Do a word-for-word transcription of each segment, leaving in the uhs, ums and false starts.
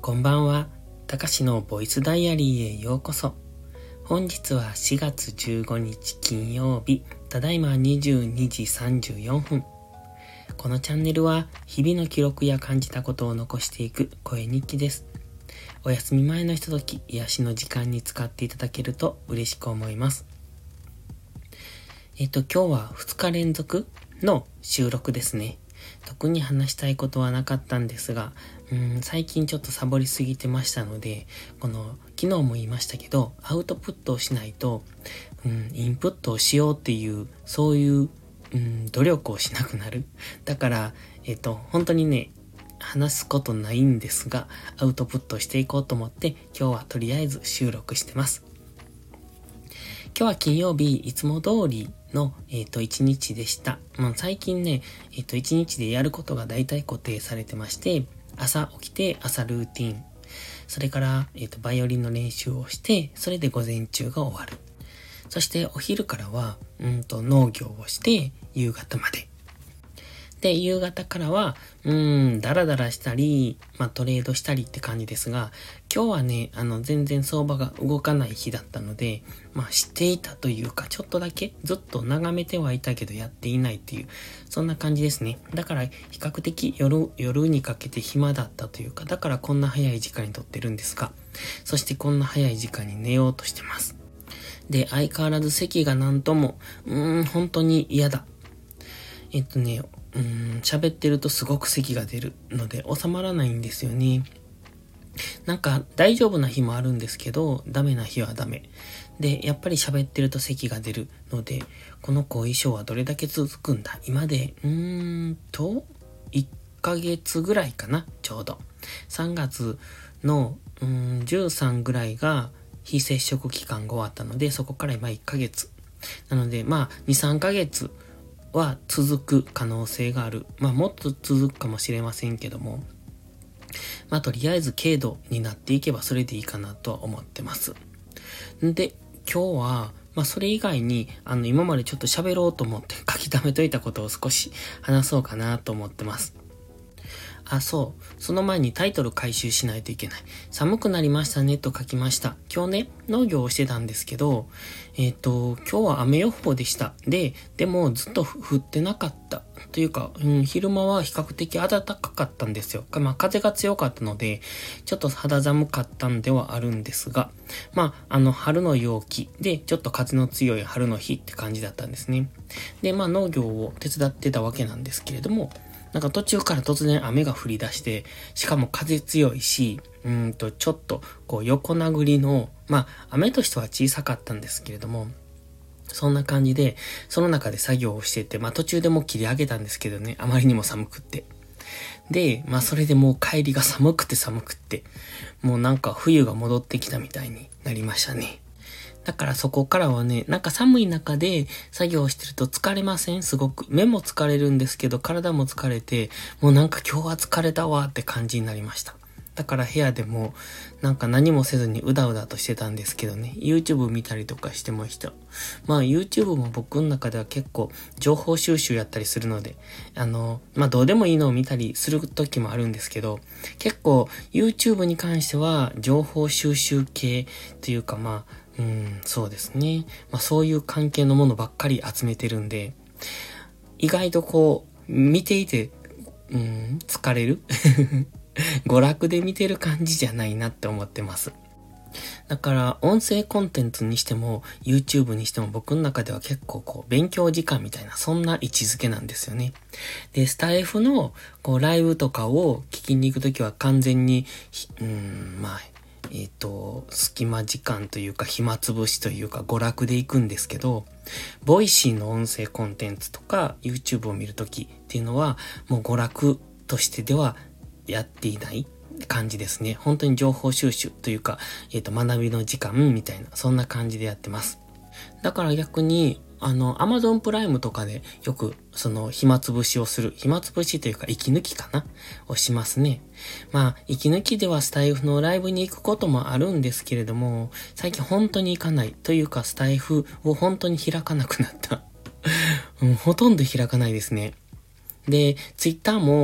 こんばんは。たかしのボイスダイアリーへようこそ。本日はしがつじゅうごにち金曜日、ただいまにじゅうにじさんじゅうよんぷん。このチャンネルは日々の記録や感じたことを残していく声日記です。お休み前のひととき、癒しの時間に使っていただけると嬉しく思います。えっと、今日はふつか連続の収録ですね。特に話したいことはなかったんですが、うーん最近ちょっとサボりすぎてましたので、この昨日も言いましたけど、アウトプットをしないと、うん、インプットをしようっていうそういう、うん、努力をしなくなる。だからえっと本当にね話すことないんですが、アウトプットしていこうと思って今日はとりあえず収録してます。今日は金曜日、いつも通りの、えっと、一日でした。まあ、最近ね、えっと、一日でやることが大体固定されてまして、朝起きて朝ルーティン、それから、えっと、バイオリンの練習をして、それで午前中が終わる。そしてお昼からは、うんと、農業をして、夕方まで。で、夕方からは、うーん、ダラダラしたり、まあ、トレードしたりって感じですが、今日はね、あの、全然相場が動かない日だったので、まあ、知っていたというか、ちょっとだけずっと眺めてはいたけどやっていないっていう、そんな感じですね。だから、比較的夜、夜にかけて暇だったというか、だからこんな早い時間に撮ってるんですが、そしてこんな早い時間に寝ようとしてます。で、相変わらず咳がなんとも、うーん、本当に嫌だ。えっとね、うーん、喋ってるとすごく咳が出るので収まらないんですよね。なんか大丈夫な日もあるんですけど、ダメな日はダメ。で、やっぱり喋ってると咳が出るので、この後遺症はどれだけ続くんだ？今で、うーんと、いっかげつぐらいかな、ちょうど。さんがつの、うーん、じゅうさんぐらいが非接触期間が終わったので、そこから今いっかげつ。なので、まあ、に、さんかげつ、は続く可能性がある。まあもっと続くかもしれませんけども、まあとりあえず軽度になっていけばそれでいいかなとは思ってます。で、今日はまあそれ以外にあの今までちょっと喋ろうと思って書き溜めといたことを少し話そうかなと思ってます。あ、そう。その前にタイトル回収しないといけない。寒くなりましたねと書きました。今日ね、農業をしてたんですけど、えっと、今日は雨予報でした。で、でもずっと降ってなかった。というか、うん、昼間は比較的暖かかったんですよ。まあ、風が強かったので、ちょっと肌寒かったんではあるんですが、まあ、あの、春の陽気で、ちょっと風の強い春の日って感じだったんですね。で、まあ、農業を手伝ってたわけなんですけれども、なんか途中から突然雨が降り出して、しかも風強いし、うーんとちょっとこう横殴りの、まあ雨としては小さかったんですけれども、そんな感じで、その中で作業をしてて、まあ途中でもう切り上げたんですけどね、あまりにも寒くって。で、まあそれでもう帰りが寒くて寒くって、もうなんか冬が戻ってきたみたいになりましたね。だからそこからはね、なんか寒い中で作業してると疲れません？すごく。目も疲れるんですけど、体も疲れて、もうなんか今日は疲れたわって感じになりました。だから部屋でもなんか何もせずにうだうだとしてたんですけどね、YouTube 見たりとかしてました。まあ YouTube も僕の中では結構情報収集やったりするので、あの、まあどうでもいいのを見たりする時もあるんですけど、結構 YouTube に関しては情報収集系というかまあ、うん、そうですね。まあそういう関係のものばっかり集めてるんで、意外とこう、見ていて、うん、疲れる娯楽で見てる感じじゃないなって思ってます。だから音声コンテンツにしても YouTube にしても僕の中では結構こう勉強時間みたいなそんな位置づけなんですよね。で、スタイフのこうライブとかを聞きに行くときは完全に、うーん、まあ、えっと、隙間時間というか暇つぶしというか娯楽で行くんですけど、ボイシーの音声コンテンツとか YouTube を見るときっていうのはもう娯楽としてではやっていない感じですね。本当に情報収集というか、えっと、学びの時間みたいな、そんな感じでやってます。だから逆に、あの、Amazon プライムとかでよく、その、暇つぶしをする。暇つぶしというか、息抜きかなをしますね。まあ、息抜きではスタイフのライブに行くこともあるんですけれども、最近本当に行かない。というか、スタイフを本当に開かなくなった。うん、ほとんど開かないですね。で、Twitter も、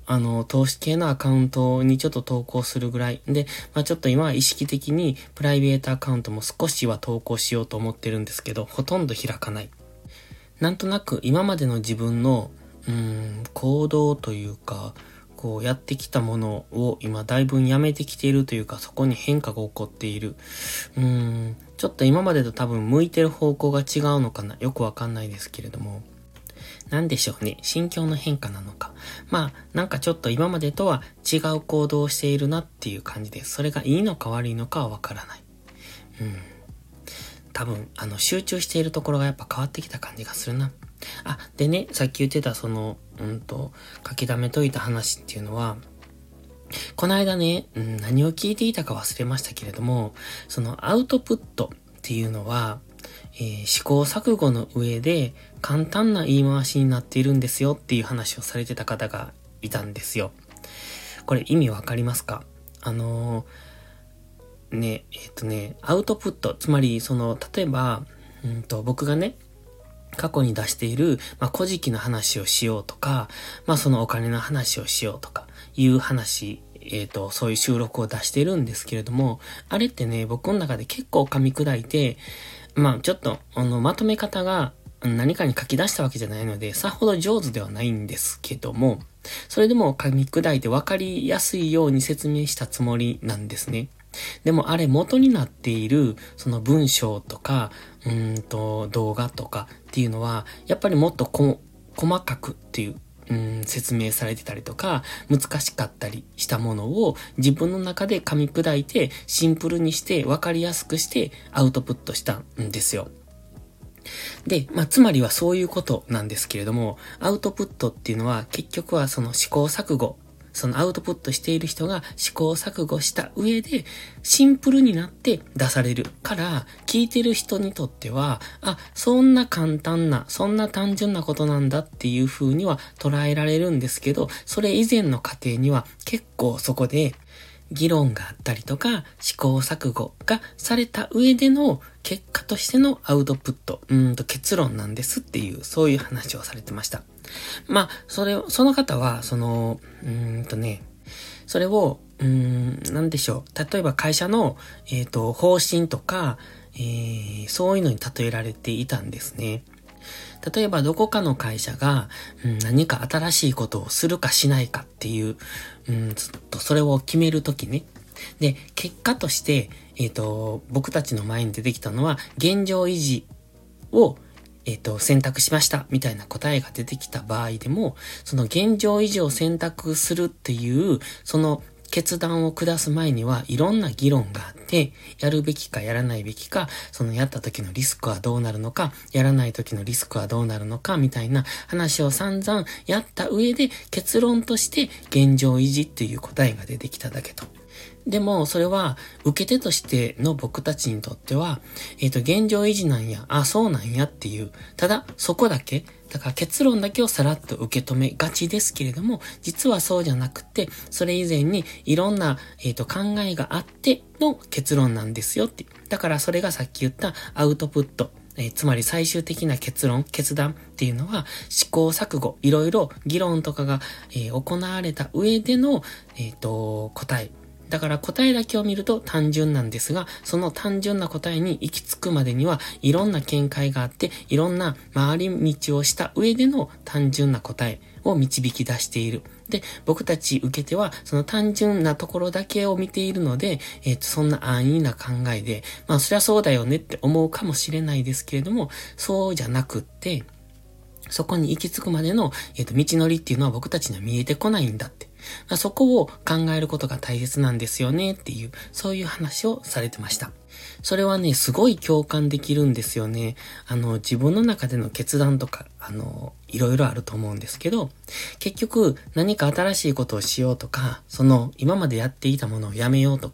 あの、投資系のアカウントにちょっと投稿するぐらい。で、まあちょっと今は意識的にプライベートアカウントも少しは投稿しようと思ってるんですけど、ほとんど開かない。なんとなく今までの自分の、うーん、行動というか、こうやってきたものを今だいぶやめてきているというか、そこに変化が起こっている。うーん、ちょっと今までと多分向いてる方向が違うのかな。よくわかんないですけれども。なんでしょうね。心境の変化なのか。まあ、なんかちょっと今までとは違う行動をしているなっていう感じです。それがいいのか悪いのかはわからない。うん。多分、あの、集中しているところがやっぱ変わってきた感じがするな。あ、でね、さっき言ってたその、うんと、書き溜めといた話っていうのは、この間ね、うん、何を聞いていたか忘れましたけれども、そのアウトプットっていうのは、えー、試行錯誤の上で簡単な言い回しになっているんですよっていう話をされてた方がいたんですよ。これ意味わかりますか？あのー、ね、えっとね、アウトプット、つまりその、例えば、うんと、僕がね、過去に出している、まあ、古事記の話をしようとか、まあ、そのお金の話をしようとか、いう話、えっと、そういう収録を出してるんですけれども、あれってね、僕の中で結構噛み砕いて、まあ、ちょっと、あの、まとめ方が何かに書き出したわけじゃないので、さほど上手ではないんですけども、それでも噛み砕いて分かりやすいように説明したつもりなんですね。でもあれ元になっているその文章とかうーんと動画とかっていうのはやっぱりもっとこ細かくっていう、うーん説明されてたりとか難しかったりしたものを自分の中で噛み砕いてシンプルにして分かりやすくしてアウトプットしたんですよ。で、まあ、つまりはそういうことなんですけれども、アウトプットっていうのは結局はその試行錯誤、そのアウトプットしている人が試行錯誤した上でシンプルになって出されるから、聞いてる人にとっては、あ、そんな簡単な、そんな単純なことなんだっていう風には捉えられるんですけど、それ以前の過程には結構そこで議論があったりとか試行錯誤がされた上での結果としてのアウトプット、うーんと結論なんですっていう、そういう話をされてました。まあ、それを、その方は、その、うーんとね、それを、うーん、なんでしょう。例えば会社の、えっと、方針とか、えー、そういうのに例えられていたんですね。例えばどこかの会社が、うん、何か新しいことをするかしないかっていう、うん、ずっとそれを決めるときね。で、結果として、えっと、僕たちの前に出てきたのは、現状維持を、えっと、選択しましたみたいな答えが出てきた場合でも、その現状維持を選択するっていう、その決断を下す前にはいろんな議論があって、やるべきかやらないべきか、そのやった時のリスクはどうなるのか、やらない時のリスクはどうなるのか、みたいな話を散々やった上で結論として現状維持っていう答えが出てきただけと。でも、それは、受け手としての僕たちにとっては、えっと、現状維持なんや、あ、そうなんやっていう、ただ、そこだけ、だから結論だけをさらっと受け止めがちですけれども、実はそうじゃなくて、それ以前にいろんな、えっと、考えがあっての結論なんですよって。だからそれがさっき言ったアウトプット。えー、つまり最終的な結論、決断っていうのは試行錯誤、いろいろ議論とかが、えー、行われた上での、えっと、答え。だから答えだけを見ると単純なんですが、その単純な答えに行き着くまでにはいろんな見解があって、いろんな回り道をした上での単純な答えを導き出している。で、僕たち受け手はその単純なところだけを見ているので、えっと、そんな安易な考えで、まあそりゃそうだよねって思うかもしれないですけれども、そうじゃなくって、そこに行き着くまでの、えっと、道のりっていうのは僕たちには見えてこないんだって。まあ、そこを考えることが大切なんですよねっていう、そういう話をされてました。それはね、すごい共感できるんですよね。あの、自分の中での決断とか、あの、いろいろあると思うんですけど、結局何か新しいことをしようとか、その、今までやっていたものをやめようとか、っ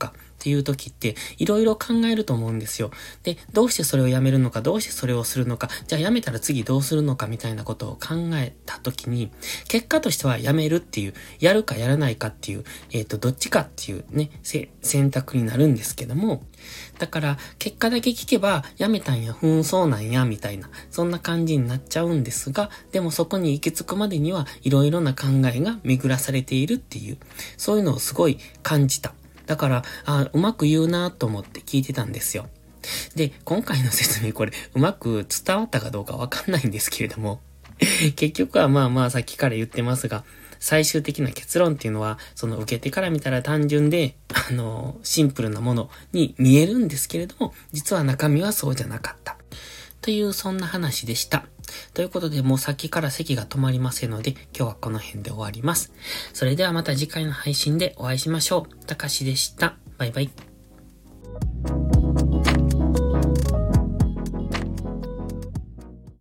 っていう時って、いろいろ考えると思うんですよ。で、どうしてそれをやめるのか、どうしてそれをするのか、じゃあやめたら次どうするのかみたいなことを考えた時に、結果としてはやめるっていう、やるかやらないかっていう、えっと、どっちかっていうね、選択になるんですけども、だから、結果だけ聞けば、やめたんや、ふーん、そうなんや、みたいな、そんな感じになっちゃうんですが、でもそこに行き着くまでには、いろいろな考えが巡らされているっていう、そういうのをすごい感じた。だから、あ、うまく言うなと思って聞いてたんですよ。で、今回の説明これ、うまく伝わったかどうかわかんないんですけれども、結局はまあまあさっきから言ってますが、最終的な結論っていうのは、その受け手から見たら単純で、あの、シンプルなものに見えるんですけれども、実は中身はそうじゃなかった。という、そんな話でした。ということで、もうさっきから席が止まりませんので、今日はこの辺で終わります。それではまた次回の配信でお会いしましょう。たかしでした。バイバイ。